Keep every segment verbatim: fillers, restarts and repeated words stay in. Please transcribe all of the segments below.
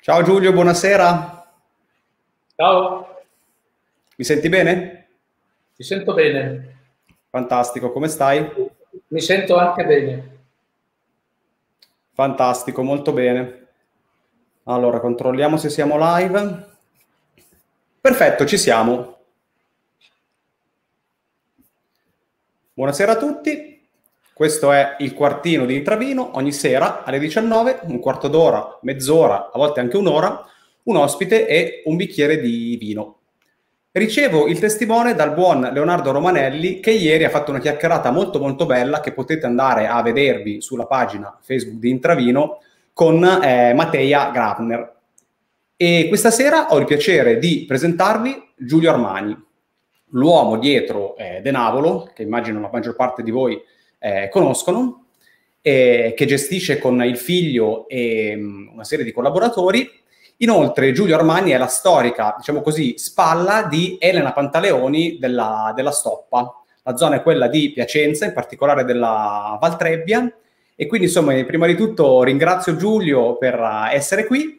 Ciao Giulio, buonasera. Ciao, Mi senti bene? ti sento bene. Fantastico, come stai? Mi sento anche bene. Fantastico, molto bene. Allora, controlliamo se siamo live. Perfetto, ci siamo. Buonasera a tutti. Questo è il quartino di Intravino. Ogni sera alle diciannove, un quarto d'ora, mezz'ora, a volte anche un'ora, un ospite e un bicchiere di vino. Ricevo il testimone dal buon Leonardo Romanelli, che ieri ha fatto una chiacchierata molto molto bella che potete andare a vedervi sulla pagina Facebook di Intravino con eh, Matteia Grabner. E questa sera ho il piacere di presentarvi Giulio Armani, l'uomo dietro eh, De Navolo, che immagino la maggior parte di voi eh, conoscono, eh, che gestisce con il figlio e mh, una serie di collaboratori. Inoltre Giulio Armani è la storica, diciamo così, spalla di Elena Pantaleoni della, della Stoppa. La zona è quella di Piacenza, in particolare della Valtrebbia. E quindi, insomma, prima di tutto ringrazio Giulio per essere qui.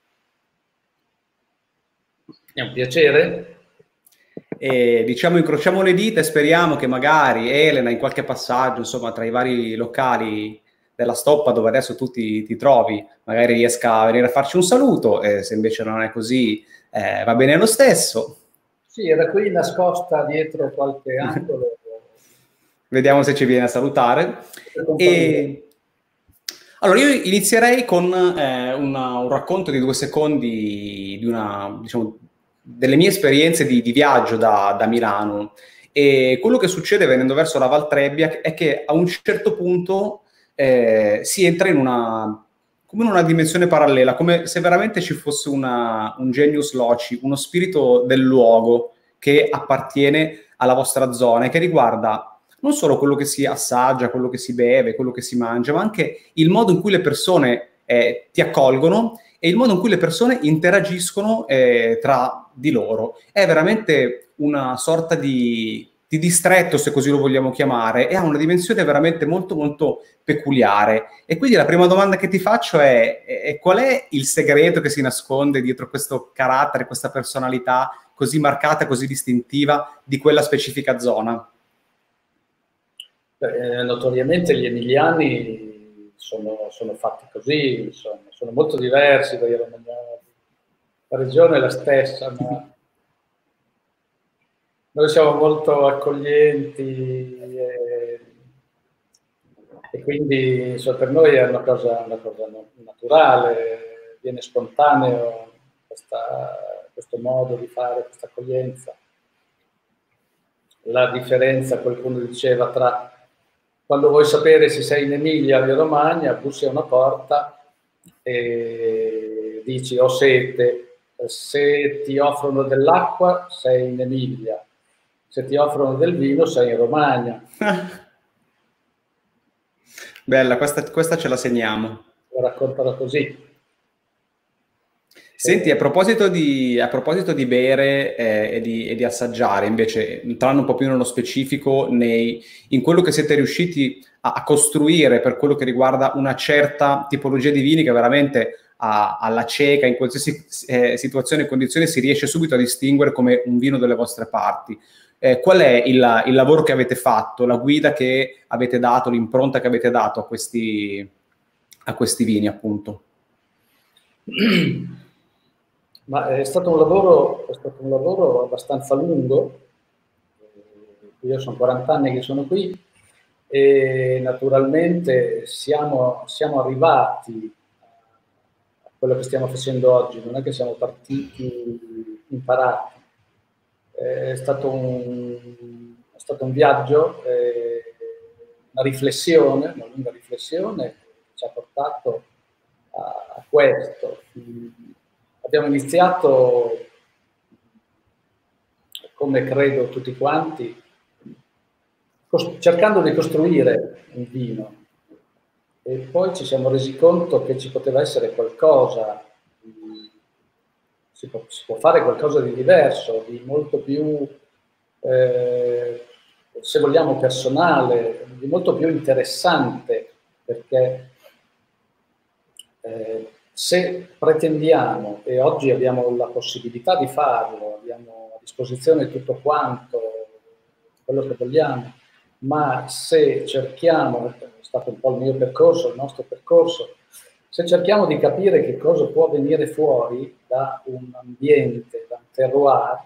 È un piacere. E diciamo incrociamo le dita e speriamo che magari Elena in qualche passaggio, insomma, tra i vari locali della Stoppa dove adesso tu ti, ti trovi, magari riesca a venire a farci un saluto, e se invece non è così eh, va bene lo stesso. Sì, era qui nascosta dietro qualche angolo. Vediamo se ci viene a salutare. E allora io inizierei con eh, una, un racconto di due secondi di una, diciamo, delle mie esperienze di, di viaggio da, da Milano. E quello che succede venendo verso la Valtrebbia è che a un certo punto eh, si entra in una, come in una dimensione parallela, come se veramente ci fosse una, un genius loci, uno spirito del luogo che appartiene alla vostra zona e che riguarda non solo quello che si assaggia, quello che si beve, quello che si mangia, ma anche il modo in cui le persone eh, ti accolgono e il modo in cui le persone interagiscono eh, tra di loro. È veramente una sorta di, di distretto, se così lo vogliamo chiamare, e ha una dimensione veramente molto molto peculiare. E quindi la prima domanda che ti faccio è, è qual è il segreto che si nasconde dietro questo carattere, questa personalità così marcata, così distintiva di quella specifica zona? Eh, notoriamente gli emiliani sono, sono fatti così, insomma, sono molto diversi dai romagnoli. La regione è la stessa, ma noi siamo molto accoglienti e, e quindi insomma, per noi è una cosa, una cosa naturale, viene spontaneo questa, questo modo di fare, questa accoglienza. La differenza, qualcuno diceva, tra quando vuoi sapere se sei in Emilia o in Romagna, bussi a una porta e dici ho sete, se ti offrono dell'acqua sei in Emilia, se ti offrono del vino sei in Romagna. Bella, questa, questa ce la segniamo. Lo raccontano così. Senti, a proposito di, a proposito di bere eh, e, di, e di assaggiare, invece, entrando un po' più nello specifico, nei, in quello che siete riusciti a, a costruire per quello che riguarda una certa tipologia di vini che veramente a, alla cieca, in qualsiasi eh, situazione e condizione, si riesce subito a distinguere come un vino delle vostre parti. Eh, qual è il, il lavoro che avete fatto, la guida che avete dato, l'impronta che avete dato a questi, a questi vini, appunto? Ma è stato un lavoro, è stato un lavoro abbastanza lungo. Io sono quaranta anni che sono qui e naturalmente siamo, siamo arrivati a quello che stiamo facendo oggi, non è che siamo partiti imparati. È stato un, è stato un viaggio, eh, una riflessione, una lunga riflessione che ci ha portato a, a questo. Abbiamo iniziato, come credo tutti quanti, cercando di costruire un vino e poi ci siamo resi conto che ci poteva essere qualcosa, si può, si può fare qualcosa di diverso, di molto più, eh, se vogliamo, personale, di molto più interessante, perché eh, se pretendiamo, e oggi abbiamo la possibilità di farlo, abbiamo a disposizione tutto quanto, quello che vogliamo, ma se cerchiamo, è stato un po' il mio percorso, il nostro percorso, se cerchiamo di capire che cosa può venire fuori da un ambiente, da un terroir,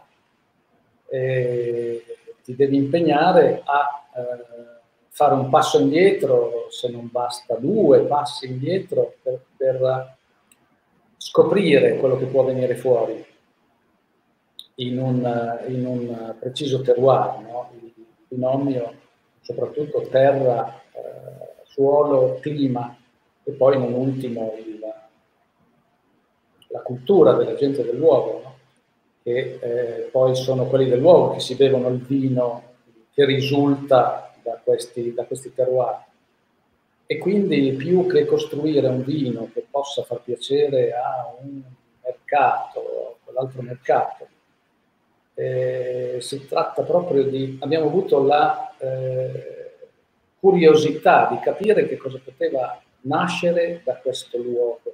eh, ti devi impegnare a eh, fare un passo indietro, se non basta due passi indietro, per, per scoprire quello che può venire fuori in un, in un preciso terroir, no? Il binomio soprattutto terra, eh, suolo, clima e poi non ultimo il, la cultura della gente del luogo, no? Che eh, poi sono quelli del luogo che si bevono il vino che risulta da questi, da questi terroir. E quindi più che costruire un vino che possa far piacere a un mercato o a quell'altro mercato, eh, si tratta proprio di... abbiamo avuto la eh, curiosità di capire che cosa poteva nascere da questo luogo.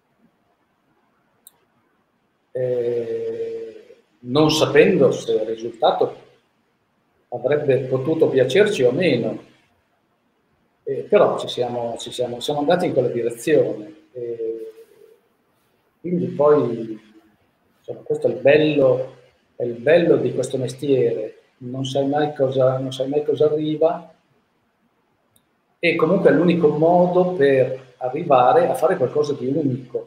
Eh, non sapendo se il risultato avrebbe potuto piacerci o meno. Eh, però ci siamo, ci siamo, siamo andati in quella direzione. Eh, quindi poi, insomma, questo è il bello, è il bello di questo mestiere. Non sai mai cosa, non sai mai cosa arriva e comunque è l'unico modo per arrivare a fare qualcosa di unico.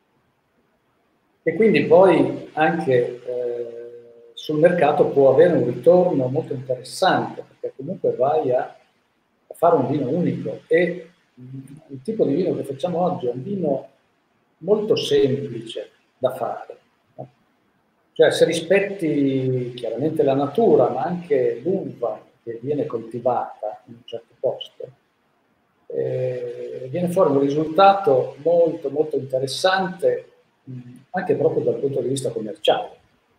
E quindi poi anche eh, sul mercato può avere un ritorno molto interessante, perché comunque vai a fare un vino unico e il tipo di vino che facciamo oggi è un vino molto semplice da fare, no? Cioè se rispetti chiaramente la natura ma anche l'uva che viene coltivata in un certo posto, eh, viene fuori un risultato molto molto interessante mh, anche proprio dal punto di vista commerciale.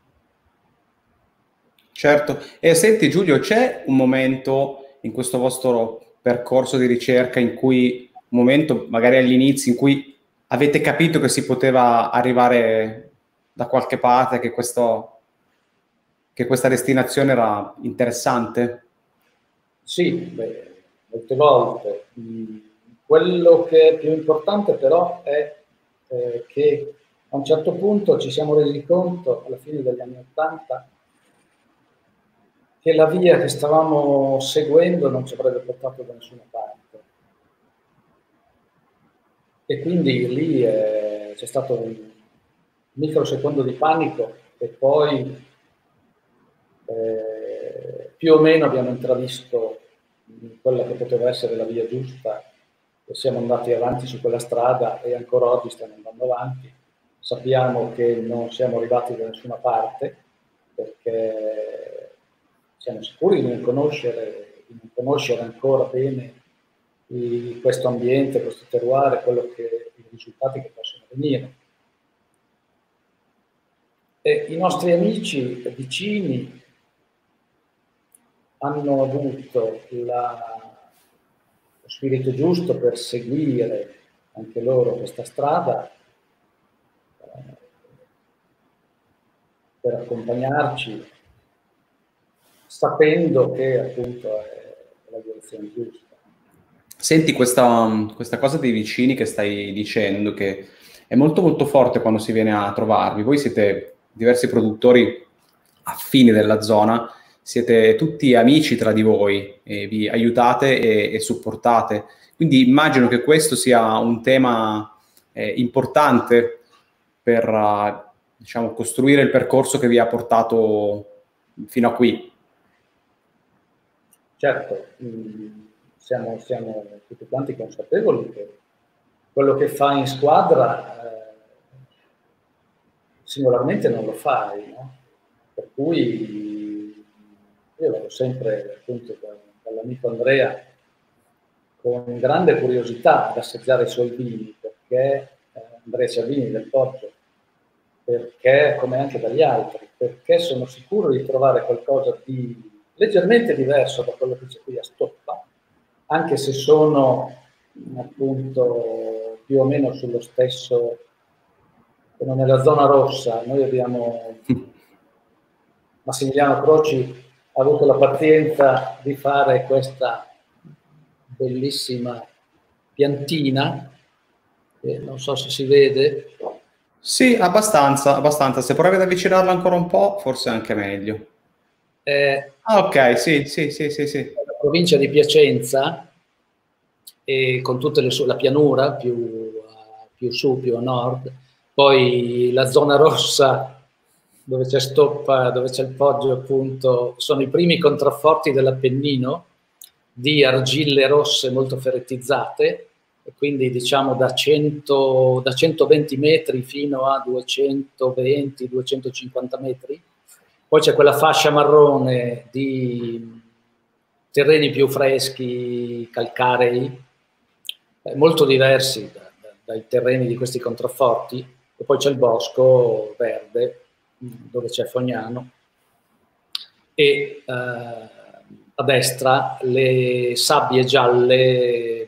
Certo, e senti Giulio, c'è un momento in questo vostro percorso di ricerca in cui, un momento magari all'inizio, in cui avete capito che si poteva arrivare da qualche parte, che, questo, che questa destinazione era interessante? Sì, beh, molte volte. Quello che è più importante però è eh, che a un certo punto ci siamo resi conto, alla fine degli anni Ottanta, che la via che stavamo seguendo non ci avrebbe portato da nessuna parte. E quindi lì eh, c'è stato un microsecondo di panico e poi eh, più o meno abbiamo intravisto quella che poteva essere la via giusta e siamo andati avanti su quella strada e ancora oggi stiamo andando avanti. Sappiamo che non siamo arrivati da nessuna parte perché siamo sicuri di non conoscere, di non conoscere ancora bene di questo ambiente, questo terroir, quello che, i risultati che possono venire. E i nostri amici vicini hanno avuto la, lo spirito giusto per seguire anche loro questa strada, eh, per accompagnarci, sapendo che appunto è la direzione giusta. Senti, questa, questa cosa dei vicini che stai dicendo, che è molto molto forte quando si viene a trovarvi. Voi siete diversi produttori affini della zona, siete tutti amici tra di voi, e vi aiutate e, e supportate. Quindi immagino che questo sia un tema eh, importante per uh, diciamo, costruire il percorso che vi ha portato fino a qui. Certo, mh, siamo, siamo tutti quanti consapevoli che quello che fai in squadra eh, singolarmente non lo fai, no? Per cui io vado sempre appunto dall'amico Andrea con grande curiosità ad assaggiare i suoi vini, perché eh, Andrea Ciavini del Poggio, perché come anche dagli altri, perché sono sicuro di trovare qualcosa di leggermente diverso da quello che c'è qui a Stoppa, anche se sono appunto più o meno sullo stesso Siamo nella zona rossa. Noi abbiamo, Massimiliano Croci ha avuto la pazienza di fare questa bellissima piantina, che non so se si vede. Sì, abbastanza, abbastanza. Se provi ad avvicinarla ancora un po', forse anche meglio. Eh, ah, ok, sì, sì, sì, sì, sì. La provincia di Piacenza, e con tutta le sue, la pianura, più, più su, più a nord, poi la zona rossa, dove c'è Stoppa, dove c'è il Poggio, appunto, sono i primi contrafforti dell'Appennino, di argille rosse molto ferretizzate, e quindi diciamo da, cento, da centoventi metri fino a duecentoventi duecentocinquanta metri. Poi c'è quella fascia marrone di terreni più freschi, calcarei, eh, molto diversi da, da, dai terreni di questi contrafforti, e poi c'è il bosco verde, dove c'è Fognano, e eh, a destra le sabbie gialle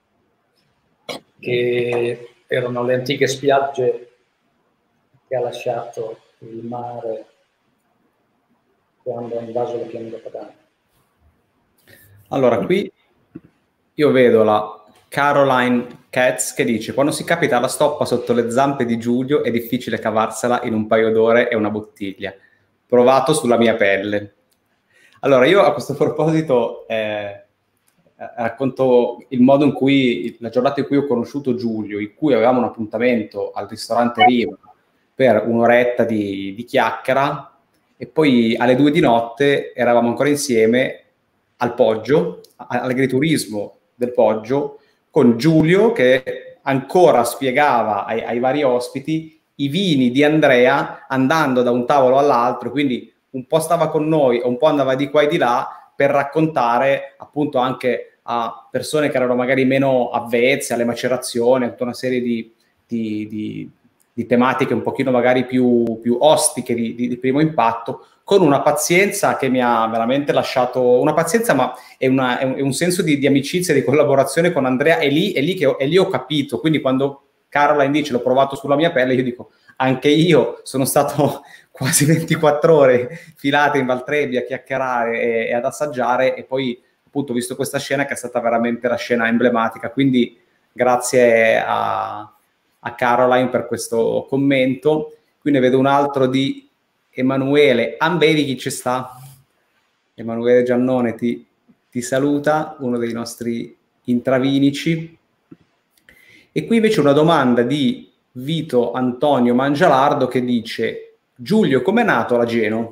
che erano le antiche spiagge che ha lasciato il mare quando ha invaso la pianura padana. Allora, qui io vedo la Caroline Katz che dice: quando si capita la stoppa sotto le zampe di Giulio è difficile cavarsela in un paio d'ore e una bottiglia. Provato sulla mia pelle. Allora, io a questo proposito eh, racconto il modo in cui, la giornata in cui ho conosciuto Giulio, in cui avevamo un appuntamento al ristorante Riva per un'oretta di, di chiacchiera, e poi alle due di notte eravamo ancora insieme al Poggio, all'agriturismo del Poggio, con Giulio che ancora spiegava ai, ai vari ospiti i vini di Andrea andando da un tavolo all'altro, quindi un po' stava con noi, un po' andava di qua e di là per raccontare appunto anche a persone che erano magari meno avvezze alle macerazioni, tutta una serie di, di, di, di tematiche un pochino magari più, più ostiche di, di, di primo impatto, con una pazienza che mi ha veramente lasciato, una pazienza ma è, una, è, un, è un senso di, di amicizia, di collaborazione con Andrea, e lì, è lì che ho, è lì ho capito, quindi quando Caroline dice l'ho provato sulla mia pelle, io dico anche io sono stato quasi ventiquattro ore filate in Valtrebbia a chiacchierare e, e ad assaggiare, e poi appunto ho visto questa scena che è stata veramente la scena emblematica, quindi grazie a, a Caroline per questo commento. Qui ne vedo un altro di Emanuele Ambevi, chi ci sta? Emanuele Giannone ti, ti saluta, uno dei nostri intravinici. E qui invece una domanda di Vito Antonio Mangialardo che dice: Giulio, com'è nato l'Ageno?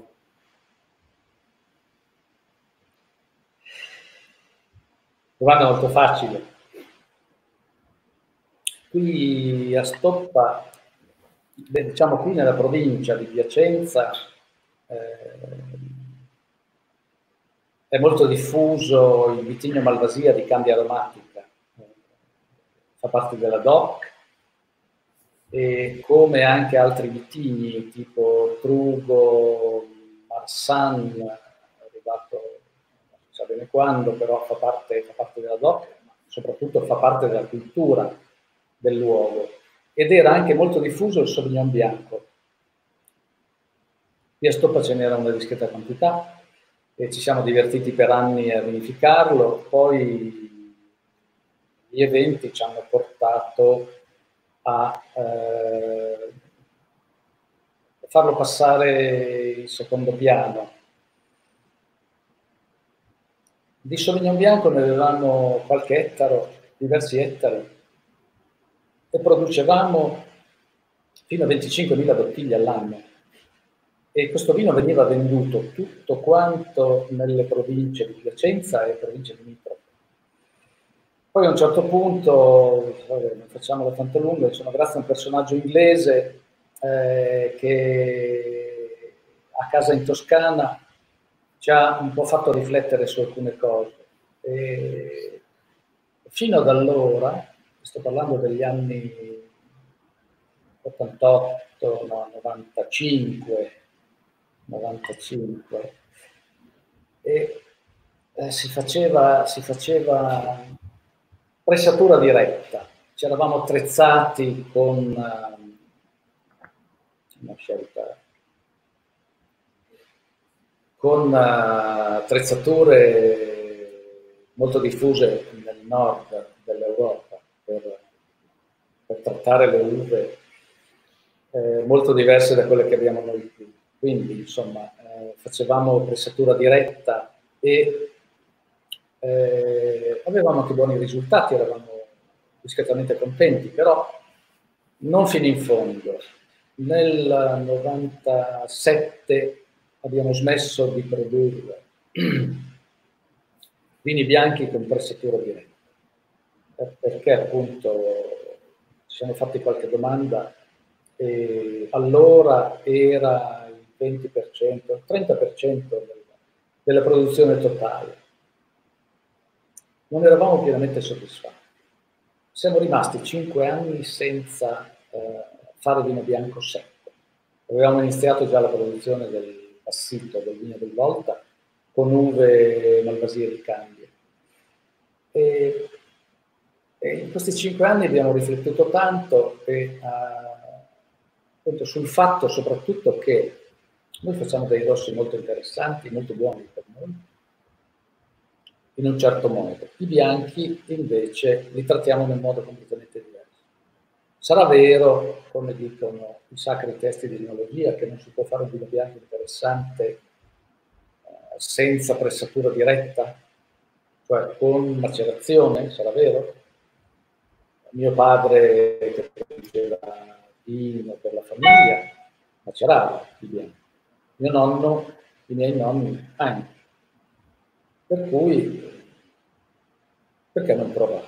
Domanda molto facile. Qui a Stoppa, beh, diciamo qui nella provincia di Piacenza, eh, è molto diffuso il vitigno Malvasia di Candia Aromatica, fa parte della D O C, e come anche altri vitigni tipo Trugo, Marsan, arrivato non si sa bene quando, però fa parte, fa parte della D O C, ma soprattutto fa parte della cultura del luogo. Ed era anche molto diffuso il Sauvignon bianco. Qui a Stoppa ce n'era una discreta quantità e ci siamo divertiti per anni a vinificarlo. Poi gli eventi ci hanno portato a eh, farlo passare in secondo piano. Di Sauvignon bianco ne avevamo qualche ettaro, diversi ettari, e producevamo fino a venticinquemila bottiglie all'anno. E questo vino veniva venduto tutto quanto nelle province di Piacenza e province limitrofe. Poi a un certo punto, vabbè, non facciamola tanto lunga, insomma, grazie a un personaggio inglese eh, che a casa in Toscana ci ha un po' fatto riflettere su alcune cose. E fino ad allora, sto parlando degli anni ottantotto, no, novantacinque, novantacinque, e eh, si faceva, si faceva pressatura diretta. Ci eravamo attrezzati con, una scelta con uh, attrezzature molto diffuse nel nord dell'Europa per, per trattare le uve, eh, molto diverse da quelle che abbiamo noi qui. Quindi, insomma, eh, facevamo pressatura diretta e eh, avevamo anche buoni risultati, eravamo discretamente contenti, però non fino in fondo. Nel novantasette abbiamo smesso di produrre vini bianchi con pressatura diretta, perché appunto ci siamo fatti qualche domanda e allora era il venti per cento, il trenta per cento della produzione totale. Non eravamo pienamente soddisfatti. Siamo rimasti cinque anni senza eh, fare vino bianco secco. Avevamo iniziato già la produzione del passito, del vino del Volta, con uve Malvasia di Cambio. E, e in questi cinque anni abbiamo riflettuto tanto e, uh, sul fatto soprattutto che noi facciamo dei rossi molto interessanti, molto buoni per noi, in un certo modo. I bianchi invece li trattiamo in un modo completamente diverso. Sarà vero, come dicono i sacri testi di enologia, che non si può fare un vino bianco interessante eh, senza pressatura diretta, cioè con macerazione, sarà vero? Mio padre, che produceva vino per la famiglia, macerava il bianco. Mio nonno, i miei nonni anche. Per cui, perché non provare?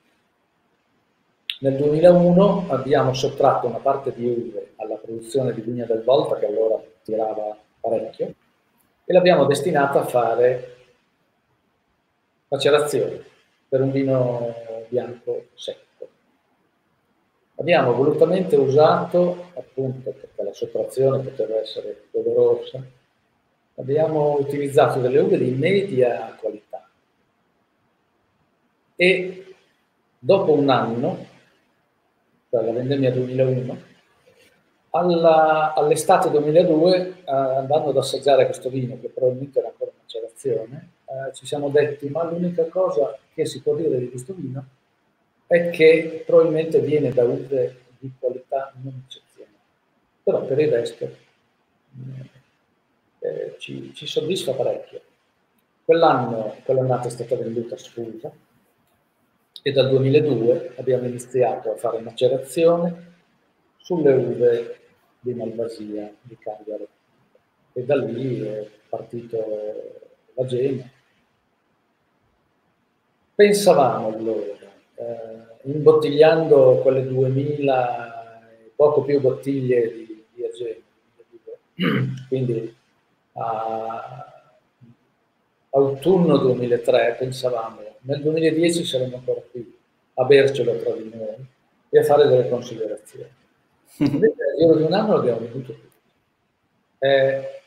Nel duemilauno abbiamo sottratto una parte di uve alla produzione di Vigna del Volta, che allora tirava parecchio, e l'abbiamo destinata a fare macerazione per un vino bianco secco. Abbiamo volutamente usato, appunto, perché la sottrazione poteva essere dolorosa, abbiamo utilizzato delle uve di media qualità e dopo un anno, cioè la vendemmia duemilauno, all'estate duemiladue, eh, andando ad assaggiare questo vino, che probabilmente era ancora macerazione, eh, ci siamo detti, ma l'unica cosa che si può dire di questo vino è che probabilmente viene da uve di qualità non eccezionale, però per il resto eh, ci, ci soddisfa parecchio. Quell'anno, quell'annata è stata venduta sfusa e dal duemiladue abbiamo iniziato a fare macerazione sulle uve di Malvasia di Cagliari e da lì è partito la gema. Pensavamo allora, eh, imbottigliando quelle duemila poco più bottiglie di, di Agema, quindi a autunno duemilatré pensavamo, nel duemiladieci saremmo ancora qui a bercelo tra di noi e a fare delle considerazioni. Invece nel giro di un anno l'abbiamo veduto tutto. Eh,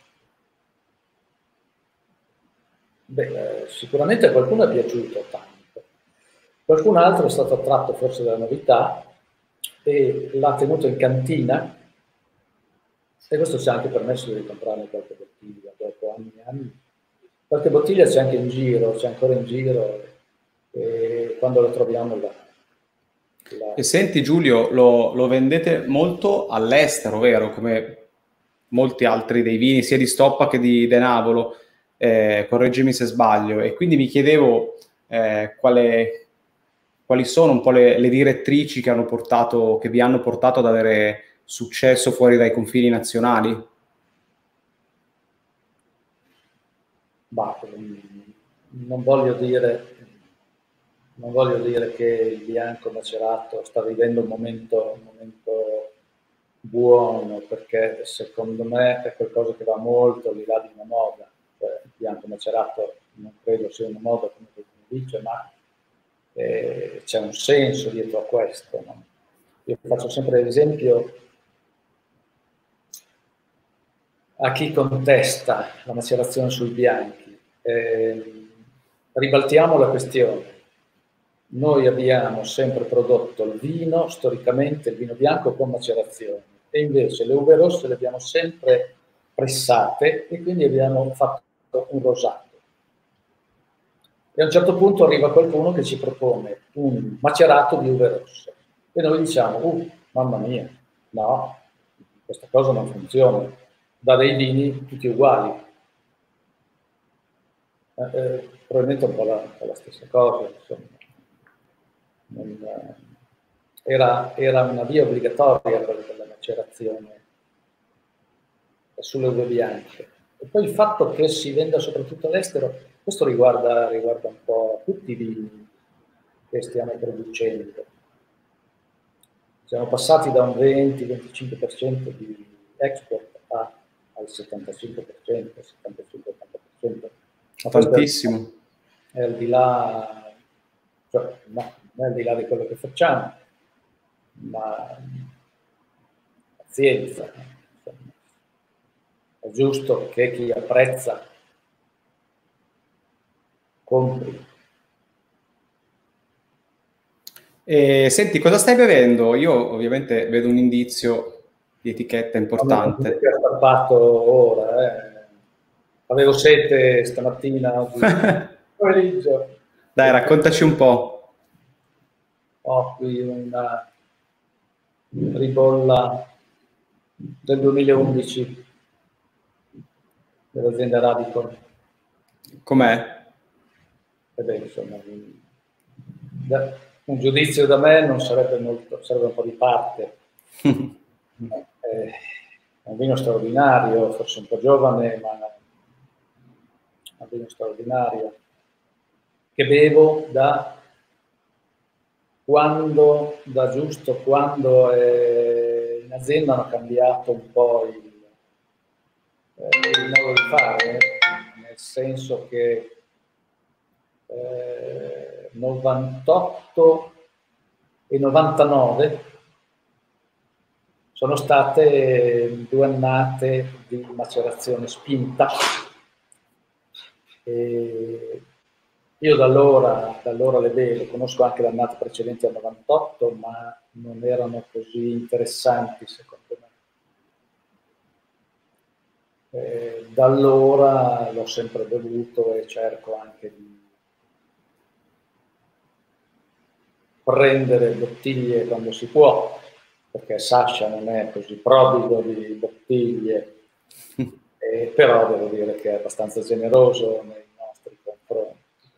beh, sicuramente a qualcuno è piaciuto tanto. Qualcun altro è stato attratto forse dalla novità e l'ha tenuto in cantina e questo ci ha anche permesso di ricomprarne qualche bottiglia dopo anni e anni. Qualche bottiglia c'è anche in giro, c'è ancora in giro e quando la troviamo la... la... E senti Giulio, lo, lo vendete molto all'estero, vero? Come molti altri dei vini, sia di Stoppa che di De Navolo, eh, correggimi se sbaglio, e quindi mi chiedevo eh, quale... quali sono un po' le, le direttrici che hanno portato, che vi hanno portato ad avere successo fuori dai confini nazionali? Bah, non voglio dire, non voglio dire che il bianco macerato sta vivendo un momento, un momento buono, perché secondo me è qualcosa che va molto al di là di una moda. Cioè, il bianco macerato non credo sia una moda come qualcuno dice, ma eh, c'è un senso dietro a questo, no? Io faccio sempre l'esempio a chi contesta la macerazione sui bianchi. Eh, ribaltiamo la questione. Noi abbiamo sempre prodotto il vino, storicamente il vino bianco con macerazione, e invece le uve rosse le abbiamo sempre pressate e quindi abbiamo fatto un rosato. E a un certo punto arriva qualcuno che ci propone un macerato di uve rosse e noi diciamo, uh, mamma mia, no, questa cosa non funziona, da dei vini tutti uguali. Eh, eh, probabilmente un po' la, un po' la stessa cosa, insomma. Non, eh, era, era una via obbligatoria quella della macerazione sulle uve bianche. E poi il fatto che si venda soprattutto all'estero, questo riguarda, riguarda un po' tutti i vini che stiamo producendo. Siamo passati da un venti venticinque per cento di export a, al settantacinque per cento, settantacinque ottanta per cento. Tantissimo. È al di là, cioè, no, non è al di là di quello che facciamo, ma pazienza. È giusto che chi apprezza compri. E, senti, cosa stai bevendo? Io ovviamente vedo un indizio di etichetta importante. Ho stappato ora, eh. Avevo sete stamattina, oggi pomeriggio. Dai, raccontaci un po'. Ho qui una ribolla del duemilaundici dell'azienda Radicon. Com'è? E beh, insomma, un giudizio da me non sarebbe molto, sarebbe un po' di parte. È un vino straordinario, forse un po' giovane, ma un vino straordinario, che bevo da quando, da giusto quando eh, in azienda hanno cambiato un po' il, eh, il modo di fare, nel senso che eh, novantotto e novantanove sono state due annate di macerazione spinta. E io da allora, da allora le bevo, conosco anche le annate precedenti al novantotto, ma non erano così interessanti secondo me. E da allora l'ho sempre bevuto e cerco anche di prendere bottiglie quando si può, perché Sasha non è così prodigo di bottiglie, eh, però devo dire che è abbastanza generoso nei nostri confronti.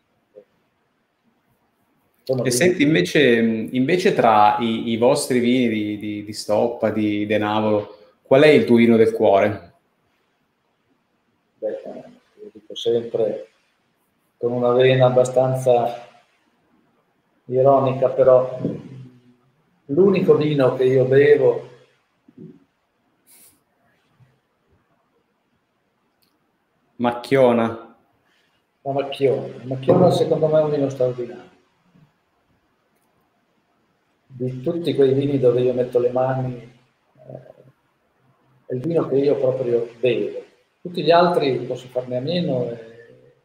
E senti, invece, invece tra i, i vostri vini di, di, di Stoppa, di De Navolo, qual è il tuo vino del cuore? Beh, io dico sempre, con una vena abbastanza ironica, però l'unico vino che io bevo Macchiona. La Macchiona. La Macchiona secondo me è un vino straordinario. Di tutti quei vini dove io metto le mani, eh, è il vino che io proprio bevo. Tutti gli altri posso farne a meno e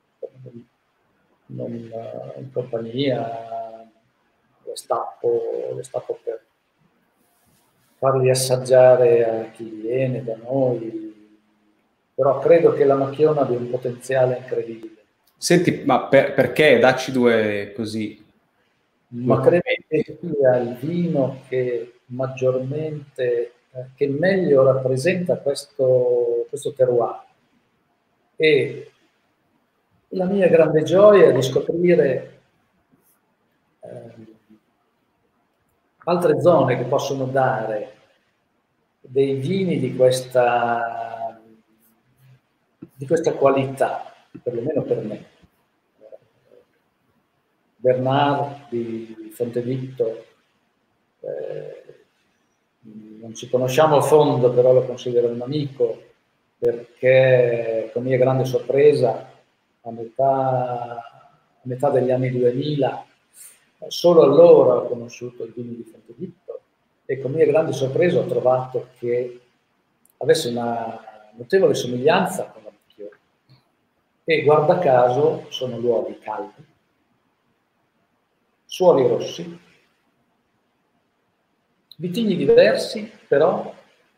non, in compagnia le stappo, le stappo per farli assaggiare a chi viene da noi, però credo che la Macchiona abbia un potenziale incredibile. Senti, ma per, perché? Dacci due così. Ma credo che sia il vino che maggiormente, eh, che meglio rappresenta questo, questo terroir. E la mia grande gioia è di scoprire eh, altre zone che possono dare dei vini di questa, di questa qualità, perlomeno per me. Bernard di Fontevitto, eh, non ci conosciamo a fondo, però lo considero un amico, perché con mia grande sorpresa a metà, a metà degli anni duemila, solo allora ho conosciuto i vini di Fontevitto e con mia grande sorpresa ho trovato che avesse una notevole somiglianza con la Macchiona. E guarda caso sono luoghi caldi, suoli rossi, vitigni diversi, però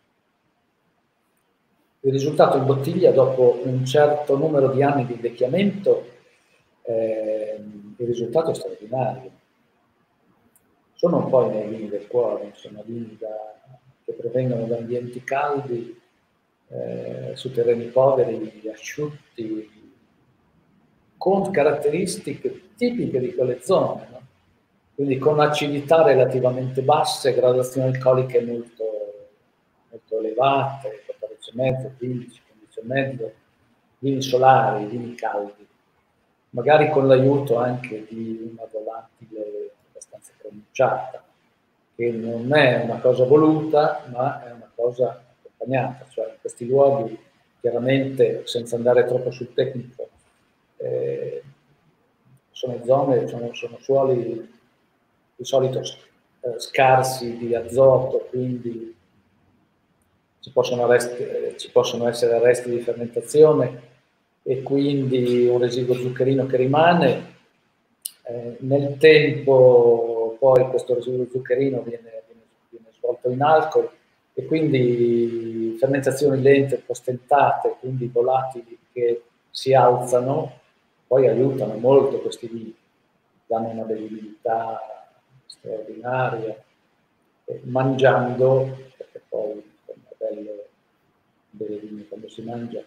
il risultato in bottiglia, dopo un certo numero di anni di invecchiamento, eh, il risultato è straordinario. Sono un po' i miei vini del cuore, insomma, vini da, che provengono da ambienti caldi, eh, su terreni poveri, asciutti, con caratteristiche tipiche di quelle zone, no? Quindi con acidità relativamente basse, gradazioni alcoliche molto, molto elevate, quattordici e mezzo, quindici, quindici e mezzo, vini solari, vini caldi, magari con l'aiuto anche di una volatile abbastanza pronunciata, che non è una cosa voluta, ma è una cosa accompagnata, cioè in questi luoghi, chiaramente senza andare troppo sul tecnico, eh, sono zone, sono, sono suoli di solito eh, scarsi di azoto, quindi ci possono, arresti, eh, ci possono essere arresti di fermentazione e quindi un residuo zuccherino che rimane. Eh, nel tempo poi questo residuo zuccherino viene, viene, viene svolto in alcol e quindi fermentazioni lente, postentate, quindi volatili che si alzano, poi aiutano molto questi vini, danno una bevibilità straordinaria, eh, mangiando, perché poi è bello bere vino quando si mangia,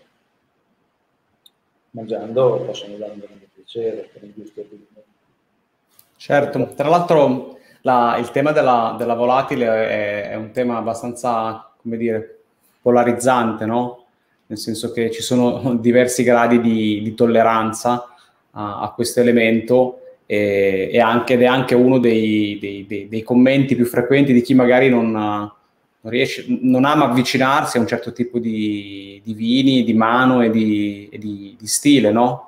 mangiando possono dare un grande piacere per il gusto di vino. Certo, tra l'altro la, il tema della, della volatile è, è un tema abbastanza, come dire, polarizzante, no? Nel senso che ci sono diversi gradi di, di tolleranza a, a questo elemento e, e anche, ed è anche uno dei, dei, dei, dei commenti più frequenti di chi magari non, non riesce, non ama avvicinarsi a un certo tipo di, di vini, di mano e di, e di, di stile, no?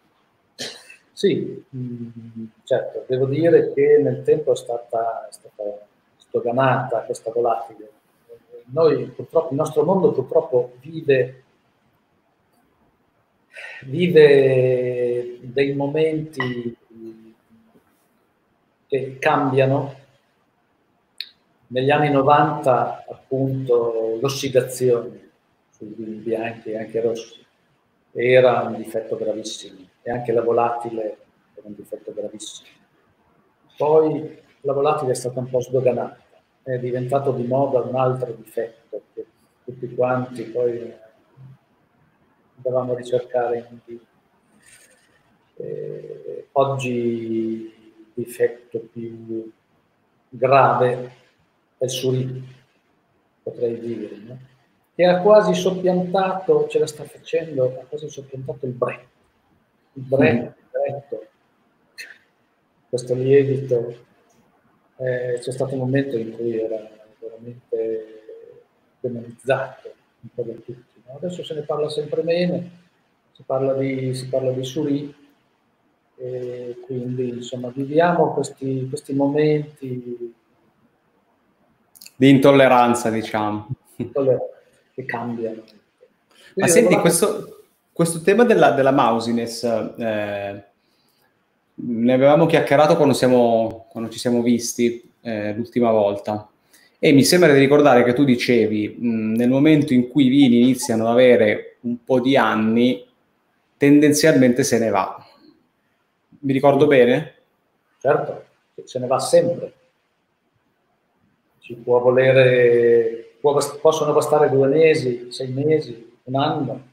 Sì, certo, devo dire che nel tempo è stata, è stata sdoganata questa volatile. Noi purtroppo, il nostro mondo purtroppo vive, vive dei momenti che cambiano. Negli anni novanta, appunto, l'ossidazione sui vini bianchi e anche rossi era un difetto gravissimo e anche la volatile era un difetto gravissimo. Poi la volatile è stata un po' sdoganata, è diventato di moda un altro difetto che tutti quanti poi dovevamo ricercare in vino. Eh, oggi il difetto più grave è il Suri, potrei dire, no? Che ha quasi soppiantato, ce la sta facendo, ha quasi soppiantato il Bretto. Il Bretto, mm. questo lievito, eh, c'è stato un momento in cui era veramente demonizzato un po' da tutti, no? Adesso se ne parla sempre meno, si parla di, si parla di Suri, e quindi insomma viviamo questi, questi momenti di intolleranza, diciamo, che cambiano. Quindi ma senti, questo, questo tema della, della mousiness, eh, ne avevamo chiacchierato quando, siamo, quando ci siamo visti eh, l'ultima volta e mi sembra di ricordare che tu dicevi mh, nel momento in cui i vini iniziano ad avere un po' di anni tendenzialmente se ne va. Mi ricordo bene? Certo, se ne va sempre. Ci può volere, può, possono bastare due mesi, sei mesi, un anno,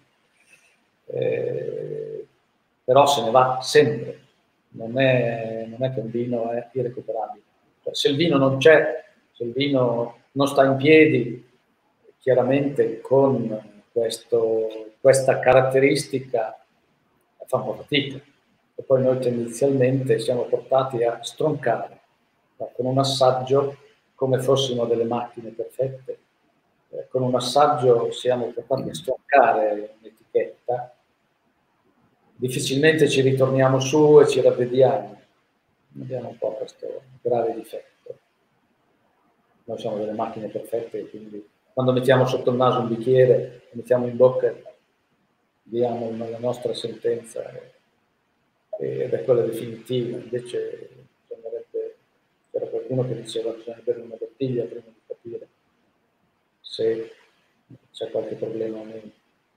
eh, però se ne va sempre. Non è, non è che un vino è irrecuperabile. Cioè, se il vino non c'è, se il vino non sta in piedi, chiaramente con questo, questa caratteristica fa un po' fatica. E poi noi tendenzialmente siamo portati a stroncare con un assaggio, come fossimo delle macchine perfette, eh, con un assaggio siamo portati a stroncare un'etichetta, difficilmente ci ritorniamo su e ci ravvediamo. Abbiamo un po' questo grave difetto. Noi siamo delle macchine perfette, quindi quando mettiamo sotto il naso un bicchiere, lo mettiamo in bocca, diamo la nostra sentenza ed è quella definitiva. Invece c'era qualcuno che diceva che bisogna bere una bottiglia prima di se c'è qualche problema o meno.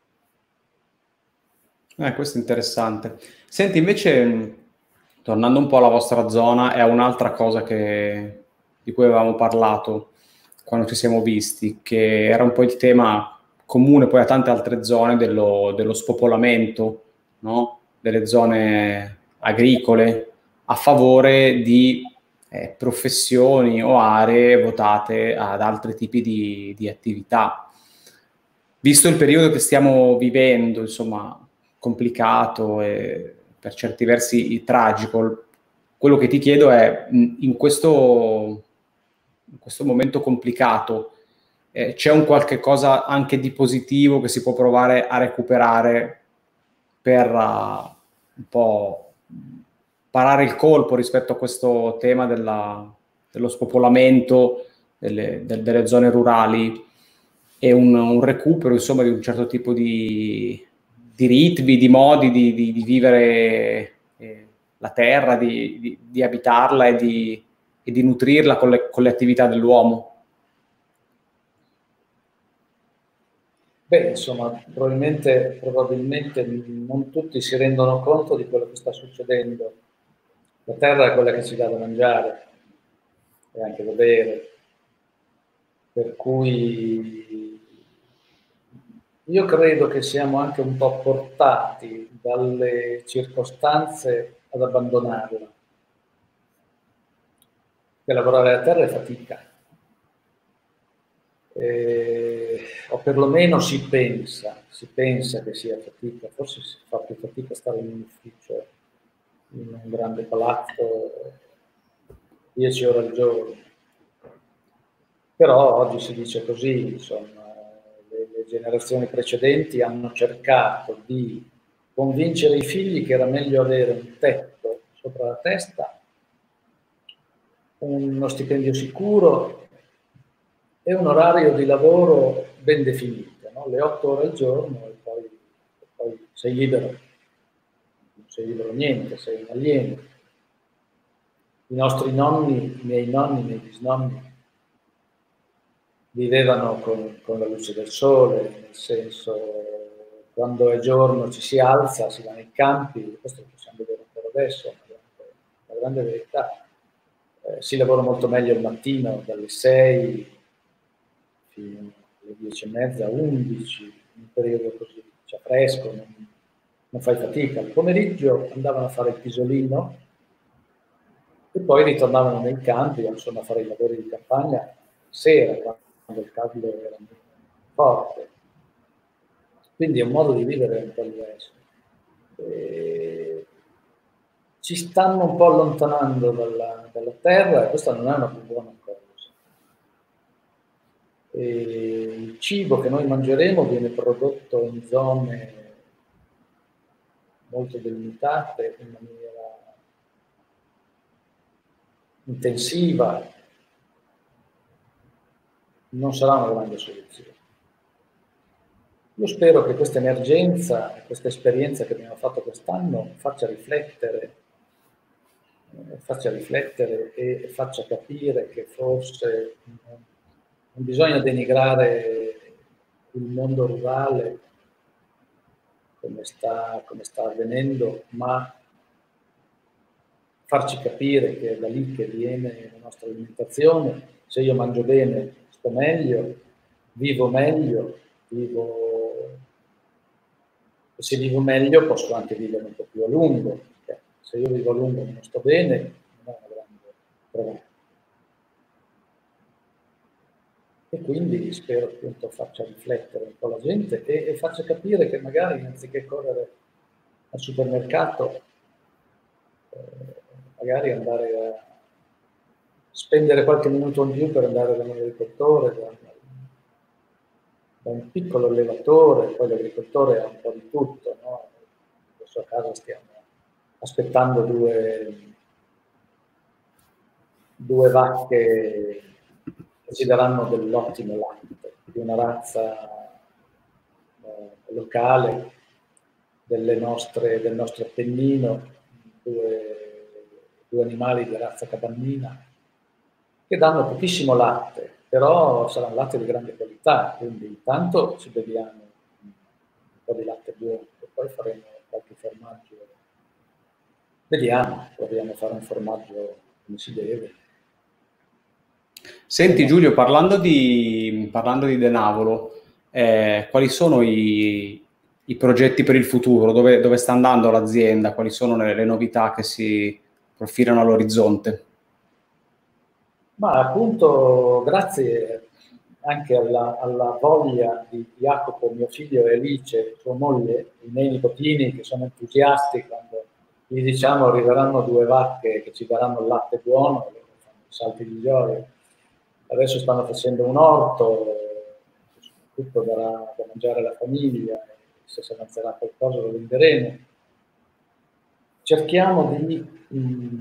Eh, questo è interessante. Senti, invece, tornando un po' alla vostra zona, è un'altra cosa che, di cui avevamo parlato quando ci siamo visti, che era un po' il tema comune poi a tante altre zone dello, dello spopolamento, no? Delle zone agricole a favore di eh, professioni o aree votate ad altri tipi di, di attività. Visto il periodo che stiamo vivendo, insomma, complicato e per certi versi tragico, quello che ti chiedo è, in questo, in questo momento complicato, eh, c'è un qualche cosa anche di positivo che si può provare a recuperare per uh, un po' parare il colpo rispetto a questo tema della, dello spopolamento delle, de, delle zone rurali e un, un recupero, insomma, di un certo tipo di, di ritmi, di modi di, di, di vivere eh, la terra, di, di, di abitarla e di, e di nutrirla con le, con le attività dell'uomo? Beh, insomma, probabilmente, probabilmente non tutti si rendono conto di quello che sta succedendo. La terra è quella che ci dà da mangiare e anche da bere. Per cui io credo che siamo anche un po' portati dalle circostanze ad abbandonarla. Che lavorare la terra è fatica. Eh, o perlomeno si pensa, si pensa che sia fatica, forse si fa più fatica a stare in un ufficio, in un grande palazzo, dieci ore al giorno. Però oggi si dice così, insomma, le, le generazioni precedenti hanno cercato di convincere i figli che era meglio avere un tetto sopra la testa, uno stipendio sicuro e un orario di lavoro ben definito, no? Le otto ore al giorno e poi, e poi sei libero, non sei libero niente, sei un alieno. I nostri nonni, i miei nonni, i miei bisnonni vivevano con, con la luce del sole, nel senso, quando è giorno ci si alza, si va nei campi, questo lo possiamo vedere ancora adesso, è una grande, una grande verità. Eh, si lavora molto meglio il mattino, dalle sei fino alle dieci e mezza, undici, un periodo così, c'è fresco, non, non fai fatica. Il pomeriggio andavano a fare il pisolino e poi ritornavano nei campi, insomma, a fare i lavori di campagna sera, quando il caldo era forte. Quindi è un modo di vivere un po' diverso. E ci stanno un po' allontanando dalla, dalla terra e questa non è una buona cosa. E il cibo che noi mangeremo viene prodotto in zone molto delimitate, in maniera intensiva. Non sarà una grande soluzione. Io spero che questa emergenza, questa esperienza che abbiamo fatto quest'anno faccia riflettere, eh, faccia riflettere e faccia capire che forse non, non bisogna denigrare il mondo rurale come sta, come sta avvenendo, ma farci capire che è da lì che viene la nostra alimentazione. Se io mangio bene, sto meglio, vivo meglio, vivo... E se vivo meglio posso anche vivere un po' più a lungo. Perché se io vivo a lungo e non sto bene, non è una grande problema. E quindi spero appunto faccia riflettere un po' la gente e, e faccia capire che magari anziché correre al supermercato, eh, magari andare a spendere qualche minuto in più per andare da un agricoltore, da, da un piccolo allevatore, poi l'agricoltore ha un po' di tutto, no? Adesso a casa stiamo aspettando due, due vacche che ci daranno dell'ottimo latte, di una razza eh, locale, delle nostre, del nostro Appennino, due, due animali di razza cabannina, che danno pochissimo latte, però sarà un latte di grande qualità, quindi intanto ci beviamo un po' di latte buono e poi faremo qualche formaggio. Vediamo, proviamo a fare un formaggio come si deve. Senti Giulio, parlando di, parlando di De Navolo, eh, quali sono i, i progetti per il futuro? Dove, dove sta andando l'azienda? Quali sono le, le novità che si profilano all'orizzonte? Ma appunto grazie anche alla, alla voglia di Jacopo, mio figlio, e Alice, sua moglie, i miei nipotini, che sono entusiasti quando gli diciamo arriveranno due vacche che ci daranno il latte buono, loro fanno i salti di gioia. Adesso stanno facendo un orto, soprattutto darà da mangiare alla famiglia, se si avanzerà qualcosa lo venderemo. Cerchiamo di mh,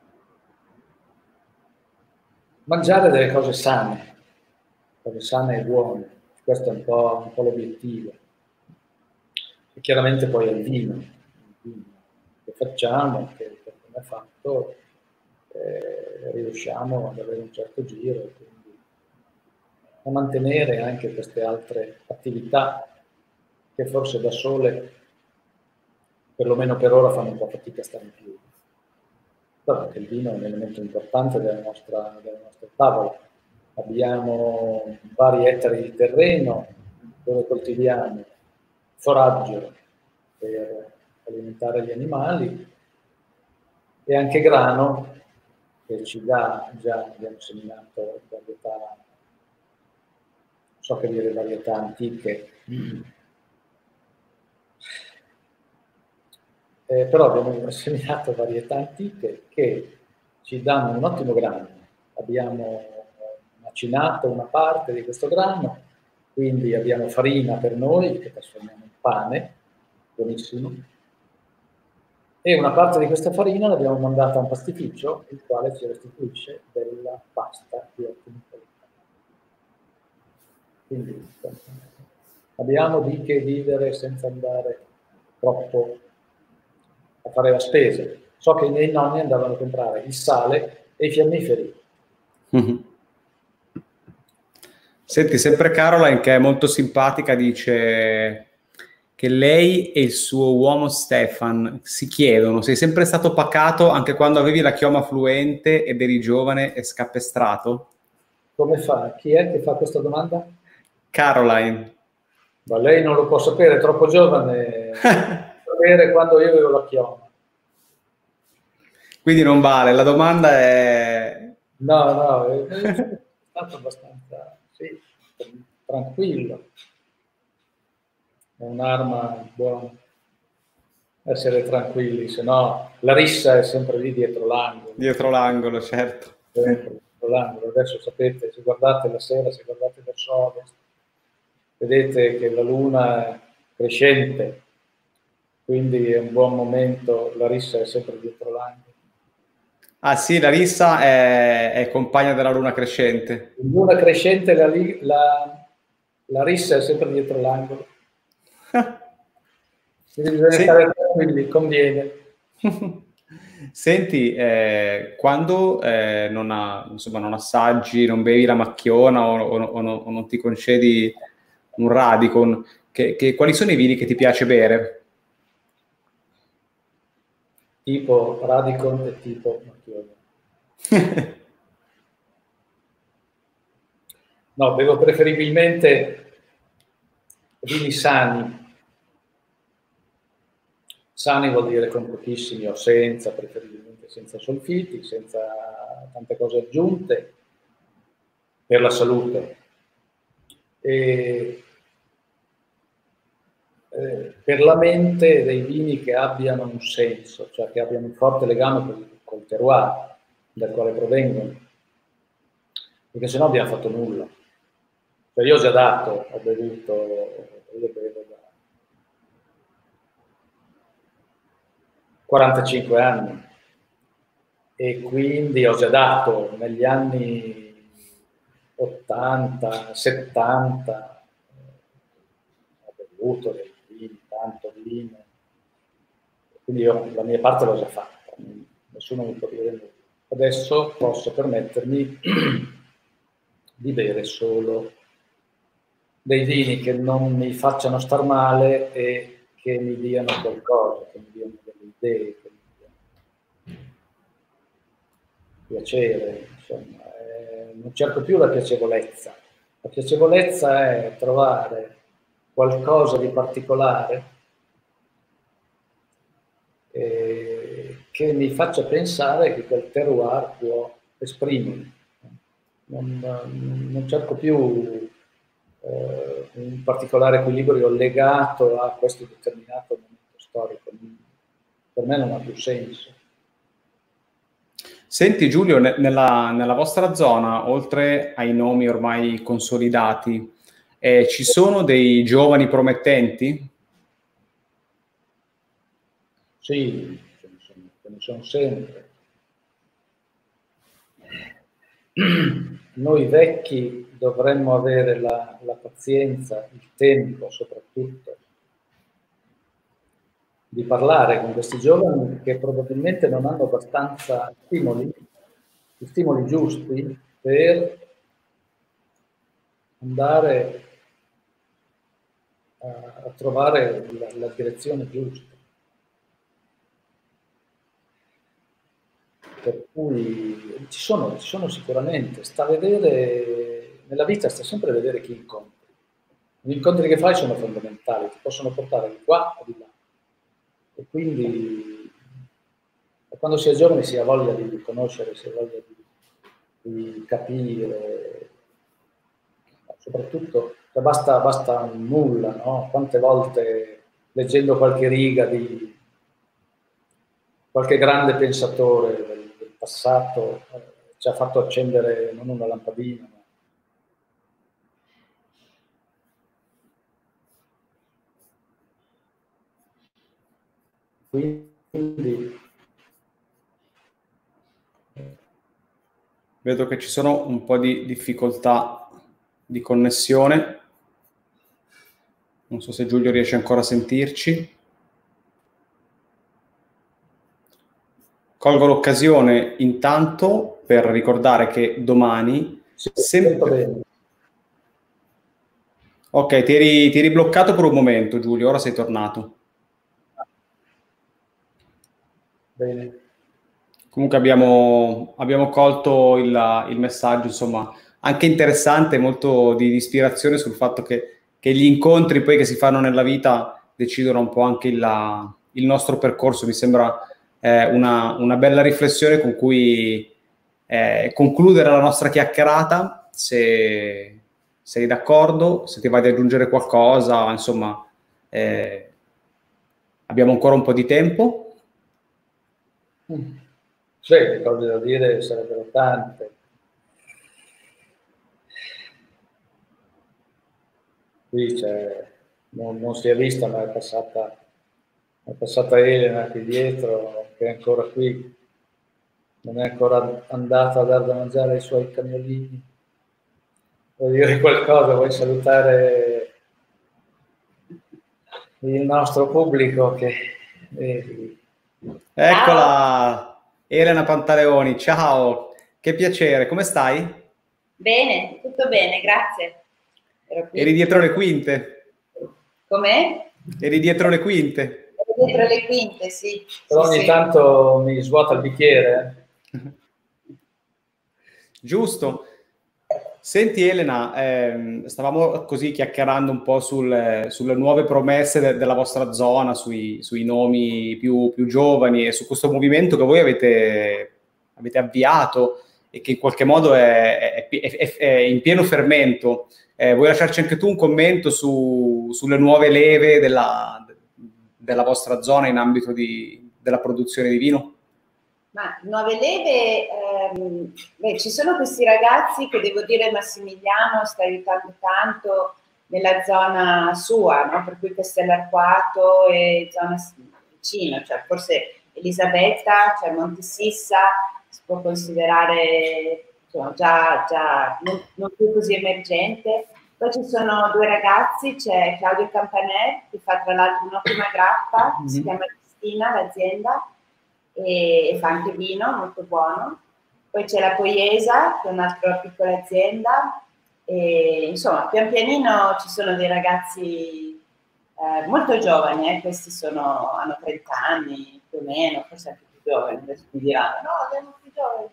mangiare delle cose sane, cose sane e buone, questo è un po', un po' l'obiettivo. E chiaramente poi è il vino, il vino che facciamo, che per come è fatto, eh, riusciamo ad avere un certo giro, quindi a mantenere anche queste altre attività che forse da sole, perlomeno per ora, fanno un po' fatica a stare in piedi. Però il vino è un elemento importante della nostra, della nostra tavola. Abbiamo vari ettari di terreno dove coltiviamo foraggio per alimentare gli animali e anche grano che ci dà, già abbiamo seminato varietà, so che dire varietà antiche, eh, però abbiamo seminato varietà antiche che ci danno un ottimo grano. Abbiamo macinato una parte di questo grano, quindi abbiamo farina per noi che trasformiamo in pane, buonissimo, e una parte di questa farina l'abbiamo mandata a un pastificio, il quale ci restituisce della pasta di ottima qualità. Quindi abbiamo di che vivere senza andare troppo a fare la spesa. So che i miei nonni andavano a comprare il sale e i fiammiferi. Mm-hmm. Senti, sempre Caroline, che è molto simpatica, dice che lei e il suo uomo Stefan si chiedono: sei sempre stato pacato anche quando avevi la chioma fluente ed eri giovane e scappestrato? Come fa? Chi è che fa questa domanda? Caroline. Ma lei non lo può sapere, è troppo giovane sapere quando io avevo la chioma. Quindi non vale, la domanda è... No, no, è stato abbastanza, sì, tranquillo. È un'arma buona essere tranquilli, se no la rissa è sempre lì dietro l'angolo. Dietro l'angolo, certo. Sempre dietro l'angolo. Adesso sapete, se guardate la sera, se guardate verso ovest, vedete che la luna è crescente, quindi è un buon momento, la rissa è sempre dietro l'angolo. Ah sì, la rissa è, è compagna della luna crescente. La luna crescente, la, la, la rissa è sempre dietro l'angolo. Quindi bisogna sì. stare tranquilli, conviene. Senti, eh, quando eh, non, ha, insomma, non assaggi, non bevi la macchiona o, o, o, o non ti concedi un radicon, che, che, quali sono i vini che ti piace bere? Tipo radicon e tipo macchiona. No, bevo preferibilmente vini sani. Sani vuol dire con pochissimi o senza, preferibilmente senza solfiti, senza tante cose aggiunte, per la salute. E, eh, per la mente dei vini che abbiano un senso, cioè che abbiano un forte legame col, col terroir dal quale provengono, perché sennò abbiamo fatto nulla. Cioè io ho già dato, ho bevuto, io bevo da quarantacinque anni e quindi ho già dato negli anni ottanta, settanta, eh, ho bevuto dei vini, tanto vino, quindi io la mia parte l'ho già fatta, nessuno mi può dire nulla. Adesso posso permettermi di bere solo dei vini che non mi facciano star male e che mi diano qualcosa, che mi diano delle idee, che mi diano piacere, insomma. Eh, non cerco più la piacevolezza. La piacevolezza è trovare qualcosa di particolare eh, che mi faccia pensare che quel terroir può esprimermi. Non, non cerco più eh, un particolare equilibrio legato a questo determinato momento storico. Per me non ha più senso. Senti Giulio, ne- nella, nella vostra zona, oltre ai nomi ormai consolidati, eh, ci sono dei giovani promettenti? Sì, ce ne sono, ce ne sono sempre. Noi vecchi dovremmo avere la, la pazienza, il tempo soprattutto, di parlare con questi giovani che probabilmente non hanno abbastanza stimoli, gli stimoli giusti per andare a, a trovare la, la direzione giusta. Per cui ci sono, ci sono sicuramente, sta a vedere, nella vita sta sempre a vedere chi incontri. Gli incontri che fai sono fondamentali, ti possono portare di qua o di là. E quindi quando si è giovani si ha voglia di conoscere, si ha voglia di, di capire, soprattutto cioè basta, basta un nulla, no? Quante volte leggendo qualche riga di qualche grande pensatore del, del passato eh, ci ha fatto accendere non una lampadina, ma quindi Vedo che ci sono un po' di difficoltà di connessione. Non so se Giulio riesce ancora a sentirci. Colgo l'occasione intanto per ricordare che domani... sì, sempre... bene. Ok, ti eri, ti eri bloccato per un momento, Giulio, ora sei tornato. Bene. Comunque abbiamo, abbiamo colto il, il messaggio, insomma, anche interessante, molto di, di ispirazione sul fatto che, che gli incontri poi che si fanno nella vita decidono un po' anche il, il nostro percorso. Mi sembra eh, una, una bella riflessione con cui eh, concludere la nostra chiacchierata. Se sei d'accordo, se ti vai ad aggiungere qualcosa, insomma, eh, abbiamo ancora un po' di tempo. Mm. Sì, le cose da dire sarebbero tante. Qui c'è, non, non si è vista, ma è passata, è passata Elena qui dietro, che è ancora qui, non è ancora andata a dare da mangiare ai suoi cagnolini. Vuoi dire qualcosa? Vuoi salutare il nostro pubblico che... Eh, Eccola, Elena Pantaleoni, ciao, che piacere, come stai? Bene, tutto bene, grazie. Eri dietro le quinte? Com'è? Eri dietro le quinte? Ero dietro le quinte, sì. Però sì, ogni sì. tanto mi svuota il bicchiere. Giusto. Senti Elena, ehm, stavamo così chiacchierando un po' sul, sulle nuove promesse de- della vostra zona, sui, sui nomi più, più giovani e su questo movimento che voi avete, avete avviato e che in qualche modo è, è, è, è in pieno fermento. Eh, vuoi lasciarci anche tu un commento su, sulle nuove leve della, della vostra zona in ambito di, della produzione di vino? Ma nuove leve, ehm, beh, ci sono questi ragazzi che devo dire Massimiliano sta aiutando tanto nella zona sua, no? Per cui Castellarquato e zona vicino, cioè forse Elisabetta, cioè Montesissa, si può considerare insomma, già, già non, non più così emergente. Poi ci sono due ragazzi, c'è Claudio Campanè, che fa tra l'altro un'ottima grappa, mm-hmm. Si chiama Cristina, l'azienda, e, e fa anche vino molto buono. Poi c'è la Poiesa, che è un'altra piccola azienda, E, insomma, pian pianino ci sono dei ragazzi eh, molto giovani, eh, questi sono, hanno trenta anni più o meno, forse anche più giovani, adesso mi diranno, no, siamo più giovani.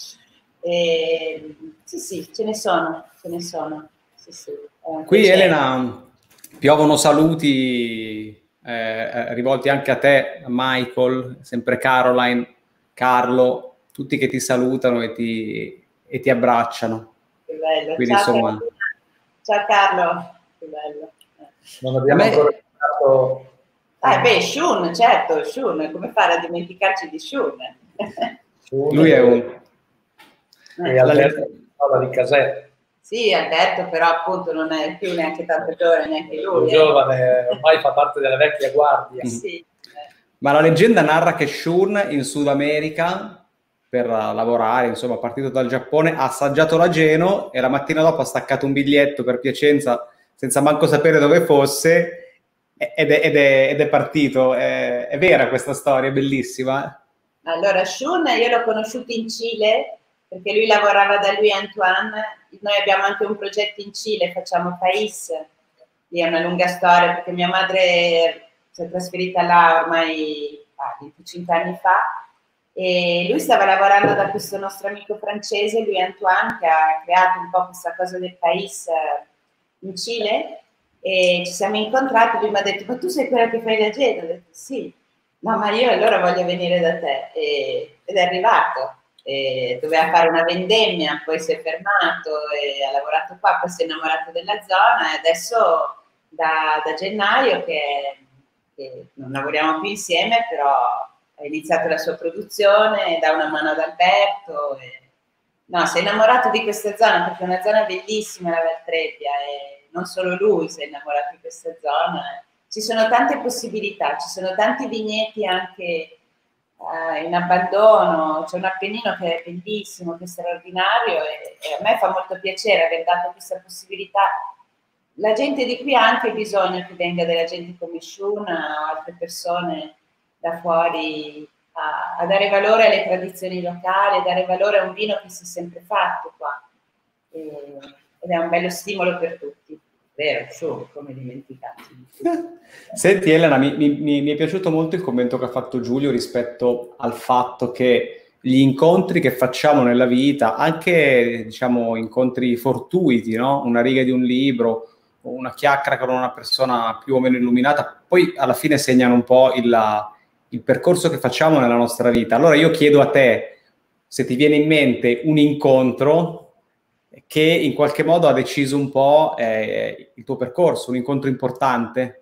E, sì, sì, ce ne sono, ce ne sono. Sì, sì, qui Elena, piovono saluti eh, rivolti anche a te, a Michael, sempre Caroline, Carlo, tutti che ti salutano e ti, e ti abbracciano. Che bello. Quindi, Ciao, insomma... Ciao Carlo, che bello. Non abbiamo me... ancora fatto... Ah, beh, Shun, certo, Shun, come fare a dimenticarci di Shun? Lui è un... E Alberto parla di Casè. Sì, Alberto, però appunto non è più neanche tanto giovane, neanche lui. È giovane, ormai fa parte della vecchia guardia. Mm. Sì. Ma la leggenda narra che Shun in Sud America, per lavorare, insomma, partito dal Giappone, ha assaggiato la Geno e la mattina dopo ha staccato un biglietto per Piacenza senza manco sapere dove fosse ed è, ed è, ed è partito. È, è vera questa storia, è bellissima. Allora, Shun io l'ho conosciuto in Cile perché lui lavorava da lui Antoine. Noi abbiamo anche un progetto in Cile, facciamo Pais, lì è una lunga storia perché mia madre si è trasferita là ormai ah, venticinque anni fa e lui stava lavorando da questo nostro amico francese, lui Antoine, che ha creato un po' questa cosa del Pais in Cile e ci siamo incontrati, lui mi ha detto ma tu sei quella che fai la Geno? Ho detto sì, no ma io allora voglio venire da te e, ed è arrivato. E doveva fare una vendemmia, poi si è fermato e ha lavorato qua, poi si è innamorato della zona e adesso da, da gennaio che, che non lavoriamo più insieme, però ha iniziato la sua produzione, dà una mano ad Alberto. E, no, si è innamorato di questa zona perché è una zona bellissima la Valtrebbia e non solo lui si è innamorato di questa zona. Ci sono tante possibilità, ci sono tanti vigneti anche in abbandono, c'è un Appennino che è bellissimo, che è straordinario e, e a me fa molto piacere aver dato questa possibilità. La gente di qui ha anche bisogno che venga della gente come Shun o altre persone da fuori a, a dare valore alle tradizioni locali, a dare valore a un vino che si è sempre fatto qua e, ed è un bello stimolo per tutti. Vero, Shun, come dimenticarci. Senti Elena, mi, mi, mi è piaciuto molto il commento che ha fatto Giulio rispetto al fatto che gli incontri che facciamo nella vita, anche diciamo incontri fortuiti, no? Una riga di un libro, una chiacchiera con una persona più o meno illuminata, poi alla fine segnano un po' il, il percorso che facciamo nella nostra vita. Allora io chiedo a te se ti viene in mente un incontro che in qualche modo ha deciso un po' eh, il tuo percorso, un incontro importante?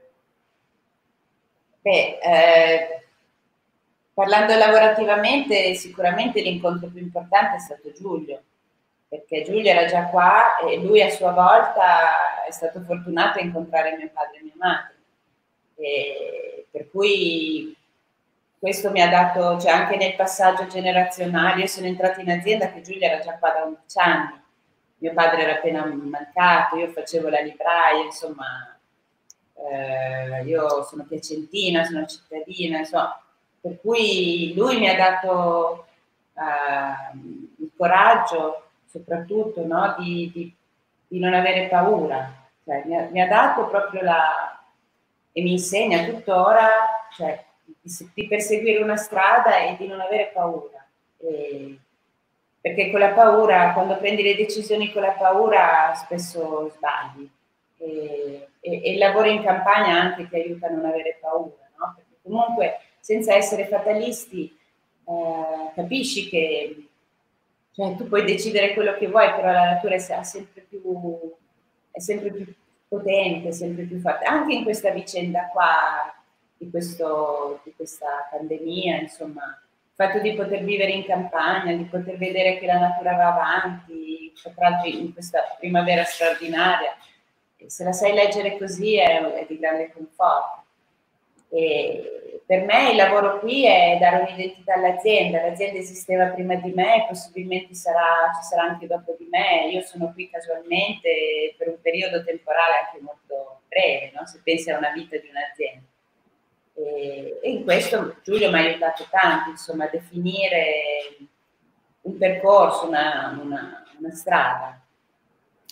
Beh, eh, parlando lavorativamente, sicuramente l'incontro più importante è stato Giulio, perché Giulio era già qua e lui a sua volta è stato fortunato a incontrare mio padre e mia madre. E per cui questo mi ha dato, cioè anche nel passaggio generazionale, io sono entrata in azienda che Giulio era già qua da undici anni, mio padre era appena mancato, io facevo la libraia, insomma, eh, io sono piacentina, sono cittadina, insomma, per cui lui mi ha dato eh, il coraggio, soprattutto, no, di, di, di non avere paura, cioè, mi, ha, mi ha dato proprio la, e mi insegna tuttora, cioè, di, di perseguire una strada e di non avere paura. E, perché con la paura, quando prendi le decisioni con la paura, spesso sbagli. E, e, e il lavoro in campagna anche ti aiuta a non avere paura, no? Perché comunque, senza essere fatalisti, eh, capisci che cioè, tu puoi decidere quello che vuoi, però la natura è sempre più, è sempre più potente, sempre più forte. Anche in questa vicenda qua, di, questo, di questa pandemia, insomma, il fatto di poter vivere in campagna, di poter vedere che la natura va avanti, tra l'altro in questa primavera straordinaria, se la sai leggere così è, è di grande conforto. E per me il lavoro qui è dare un'identità all'azienda. L'azienda esisteva prima di me e possibilmente sarà, ci sarà anche dopo di me. Io sono qui casualmente per un periodo temporale anche molto breve, no? Se pensi a una vita di un'azienda. E, e in questo Giulio mi ha aiutato tanto, insomma, a definire un percorso, una, una, una strada.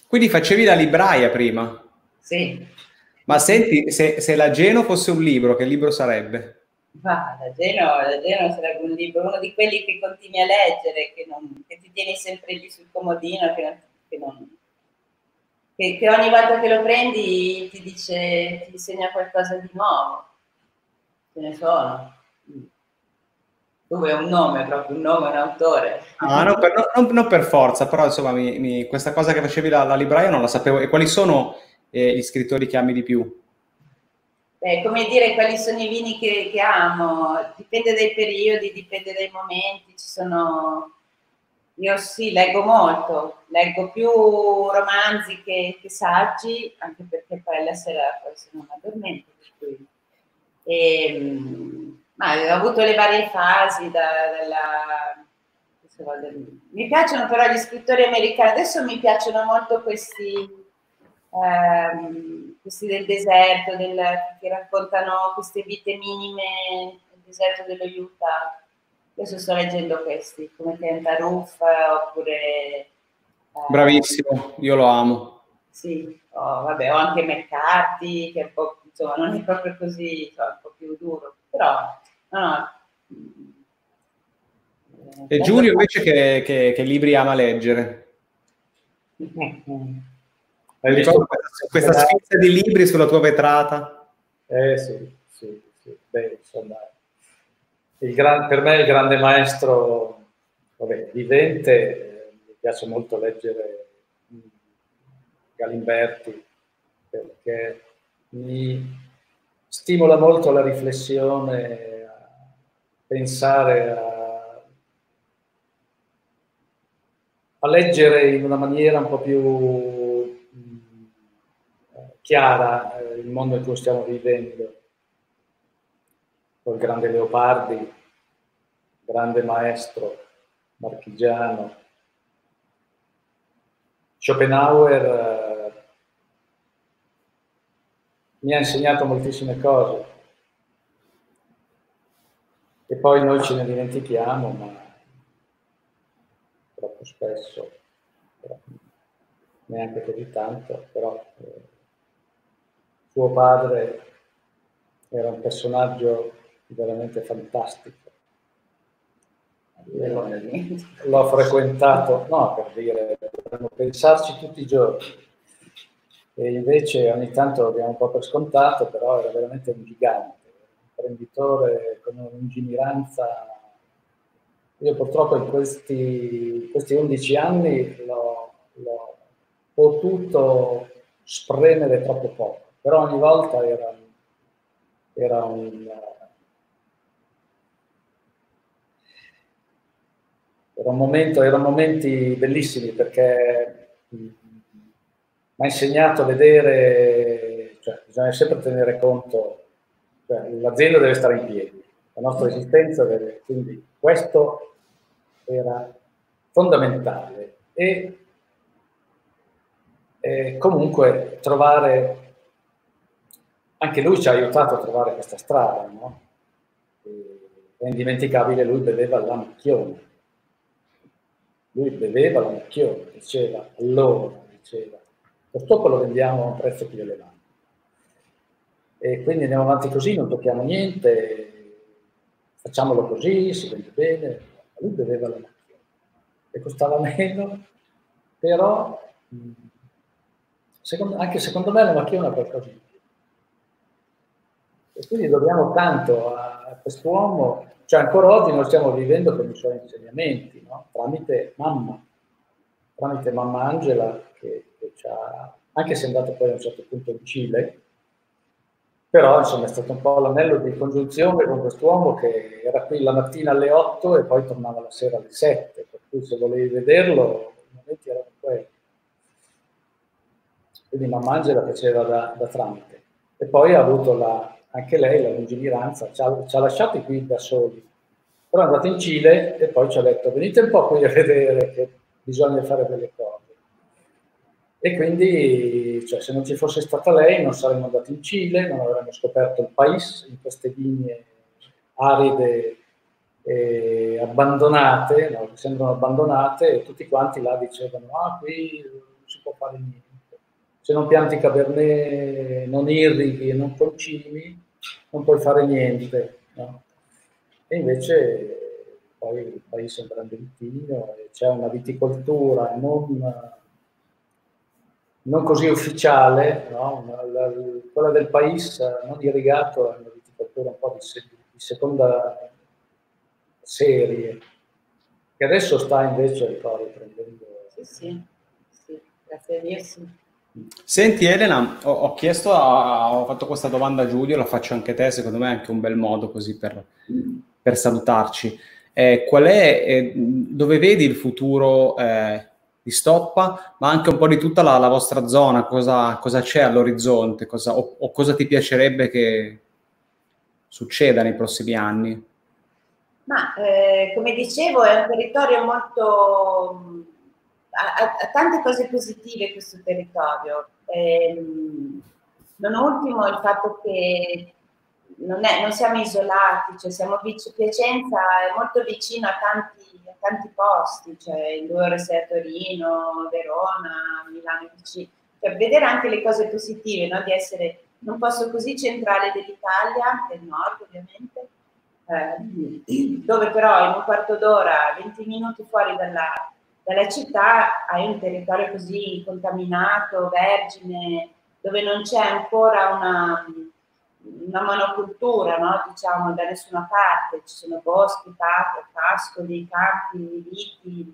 Quindi facevi la libraia prima? Sì. Ma senti, se, se la Geno fosse un libro, che libro sarebbe? Ma la Geno, la Geno sarebbe un libro, uno di quelli che continui a leggere, che, non, che ti tieni sempre lì sul comodino, che, che, non, che, che ogni volta che lo prendi ti dice, ti insegna qualcosa di nuovo. Ce ne sono. Dove è un nome, proprio un nome, un autore. Ah, no, per, no, non, non per forza, però insomma mi, mi, questa cosa che facevi la, la libraia non la sapevo. E quali sono eh, gli scrittori che ami di più? Beh, come dire, quali sono i vini che, che amo? Dipende dai periodi, dipende dai momenti. Ci sono... Io sì, leggo molto, leggo più romanzi che, che saggi, anche perché poi alla sera poi se non mi addormento. Per cui... E, ma ho avuto le varie fasi da, dalla... Mi piacciono però gli scrittori americani, adesso mi piacciono molto questi... Ehm, questi del deserto, del, che raccontano queste vite minime nel deserto dello Utah. Adesso sto leggendo questi, come Tenta Roof, oppure... Eh, Bravissimo, io lo amo. Sì, oh, vabbè, ho anche McCarthy, che è un po', insomma, non è proprio così, insomma, un po' più duro, però, no, no. E Giulio invece che, che, che libri ama leggere? Hai visto questa sfilza di libri sulla tua vetrata? Eh sì, sì, sì. Beh, insomma, il gran, per me il grande maestro, vabbè, vivente, eh, mi piace molto leggere Galimberti, perché mi stimola molto la riflessione, a pensare a, a leggere in una maniera un po' più chiara eh, il mondo in cui stiamo vivendo. Poi il grande Leopardi, grande maestro marchigiano. Schopenhauer eh, mi ha insegnato moltissime cose e poi noi ce ne dimentichiamo, ma troppo spesso, però, neanche così tanto, però eh, suo padre era un personaggio veramente fantastico. L'ho frequentato, no, per dire, dobbiamo pensarci tutti i giorni. E invece ogni tanto lo diamo un po' per scontato, però era veramente un gigante, un imprenditore con una lungimiranza. Io purtroppo in questi, questi undici anni l'ho potuto spremere troppo poco, però ogni volta era, era un... Era un momento, erano momenti bellissimi perché mi ha insegnato a vedere, cioè bisogna sempre tenere conto, cioè, l'azienda deve stare in piedi, la nostra esistenza deve, quindi questo era fondamentale e, e comunque trovare, anche lui ci ha aiutato a trovare questa strada, no? È indimenticabile, lui beveva la macchione. Lui beveva la macchione, diceva, allora, diceva, questo lo vendiamo a un prezzo più elevato. E quindi andiamo avanti così, non tocchiamo niente, facciamolo così, si vende bene. Lui beveva la macchione e costava meno, però secondo, anche secondo me la macchione ha qualcosa di più. E quindi dobbiamo tanto a quest'uomo. Cioè ancora oggi noi stiamo vivendo con i suoi insegnamenti, no? Tramite mamma, tramite mamma Angela, che, che ci ha, anche se è andato poi a un certo punto in Cile, però insomma è stato un po' l'anello di congiunzione con quest'uomo che era qui la mattina alle otto e poi tornava la sera alle sette, per cui se volevi vederlo, i momenti erano quelli. Quindi mamma Angela faceva da, da tramite. E poi ha avuto la... anche lei la lungimiranza, ci ha, ci ha lasciati qui da soli, però è andato in Cile e poi ci ha detto venite un po' qui a vedere che bisogna fare delle cose. E quindi, cioè, se non ci fosse stata lei non saremmo andati in Cile, non avremmo scoperto il paese in queste vigne aride e abbandonate, no? Che sembrano abbandonate, e tutti quanti là dicevano ah qui non si si può fare niente. Se non pianti cabernet, non irrighi e non concimi, non puoi fare niente, no? E invece poi il paese è un grande vitigno, c'è una viticoltura non, non così ufficiale, no? la, la, quella del paese non irrigato è una viticoltura un po' di, se, di seconda serie, che adesso sta invece riprendendo. Sì, sì, sì, grazie a Dio, sì. Senti Elena, ho, ho chiesto, a, ho fatto questa domanda a Giulio, la faccio anche a te, secondo me è anche un bel modo così per, per salutarci. Eh, qual è, eh, dove vedi il futuro eh, di Stoppa, ma anche un po' di tutta la, la vostra zona, cosa, cosa c'è all'orizzonte, cosa, o, o cosa ti piacerebbe che succeda nei prossimi anni? Ma eh, come dicevo è un territorio molto... Ha, ha tante cose positive questo territorio, ehm, non ultimo il fatto che non, è, non siamo isolati, cioè siamo vicino, Piacenza è molto vicino a tanti, a tanti posti, cioè in due ore sei a Torino, Verona, Milano è vicino, cioè vedere anche le cose positive, no? Di essere in un posto così centrale dell'Italia, del nord ovviamente, eh, dove però in un quarto d'ora, venti minuti fuori dalla dalla città hai un territorio così contaminato, vergine, dove non c'è ancora una, una monocultura, no? Diciamo, da nessuna parte, ci sono boschi, pascoli, campi, viti.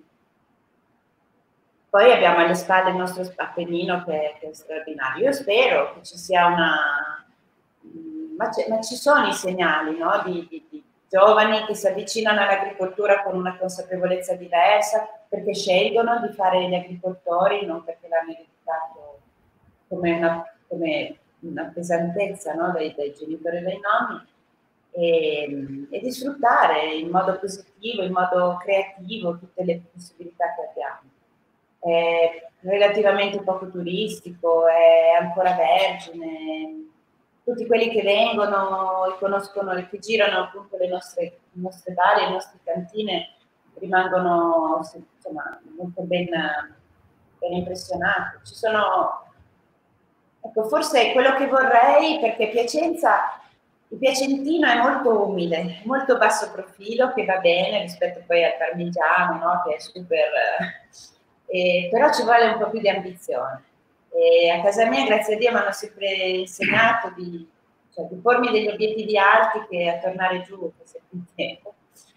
Poi abbiamo alle spalle il nostro Appennino che, che è straordinario. Io spero che ci sia una... Ma, ma ci sono i segnali, no? di, di, di giovani che si avvicinano all'agricoltura con una consapevolezza diversa, perché scelgono di fare gli agricoltori, non perché l'hanno ereditato come una, come una pesantezza, no? dai, dai genitori e dai nonni, e, e di sfruttare in modo positivo, in modo creativo tutte le possibilità che abbiamo. È relativamente poco turistico, è ancora vergine. Tutti quelli che vengono e conoscono e che girano appunto le nostre, le nostre bar, le nostre cantine rimangono insomma, molto ben, ben impressionati. Ci sono, ecco, forse quello che vorrei, perché Piacenza, il piacentino è molto umile, molto basso profilo, che va bene rispetto poi al parmigiano, no? Che è super, eh, però ci vuole un po' più di ambizione. E a casa mia, grazie a Dio, mi hanno sempre insegnato di, cioè, di pormi degli obiettivi alti che a tornare giù, che sia più tempo.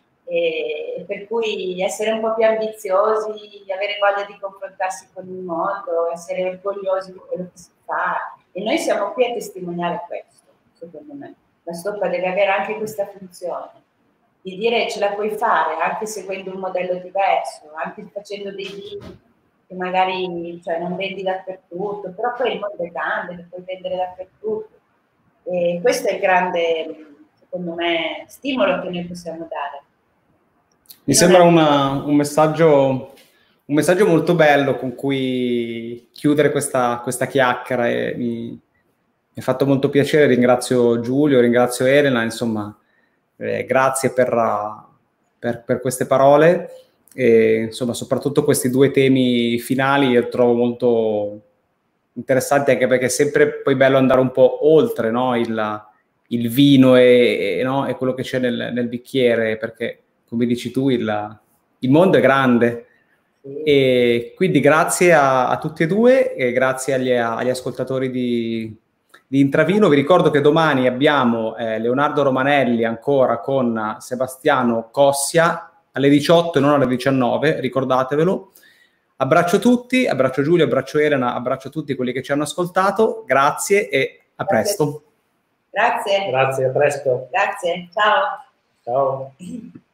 E per cui essere un po' più ambiziosi, avere voglia di confrontarsi con il mondo, essere orgogliosi di quello che si fa. E noi siamo qui a testimoniare questo, secondo me. La Stoppa deve avere anche questa funzione, di dire ce la puoi fare, anche seguendo un modello diverso, anche facendo dei vini che magari cioè, non vendi dappertutto, però poi il mondo è grande, lo puoi vendere dappertutto. E questo è il grande, secondo me, stimolo che noi possiamo dare. Mi sembra una, un, messaggio, un messaggio molto bello con cui chiudere questa, questa chiacchiera. E mi, mi ha fatto molto piacere, ringrazio Giulio, ringrazio Elena, insomma, eh, grazie per, per, per queste parole. E insomma soprattutto questi due temi finali io trovo molto interessanti, anche perché è sempre poi bello andare un po' oltre, no? il, il vino e, e, no? e quello che c'è nel, nel bicchiere, perché come dici tu il, il mondo è grande. E quindi grazie a, a tutti e due e grazie agli, agli ascoltatori di, di Intravino. Vi ricordo che domani abbiamo eh, Leonardo Romanelli ancora con Sebastiano Cossia alle diciotto e non alle diciannove, ricordatevelo. Abbraccio tutti, abbraccio Giulio, abbraccio Elena, abbraccio tutti quelli che ci hanno ascoltato, grazie e a presto. Grazie. Grazie, a presto. Grazie, ciao. Ciao.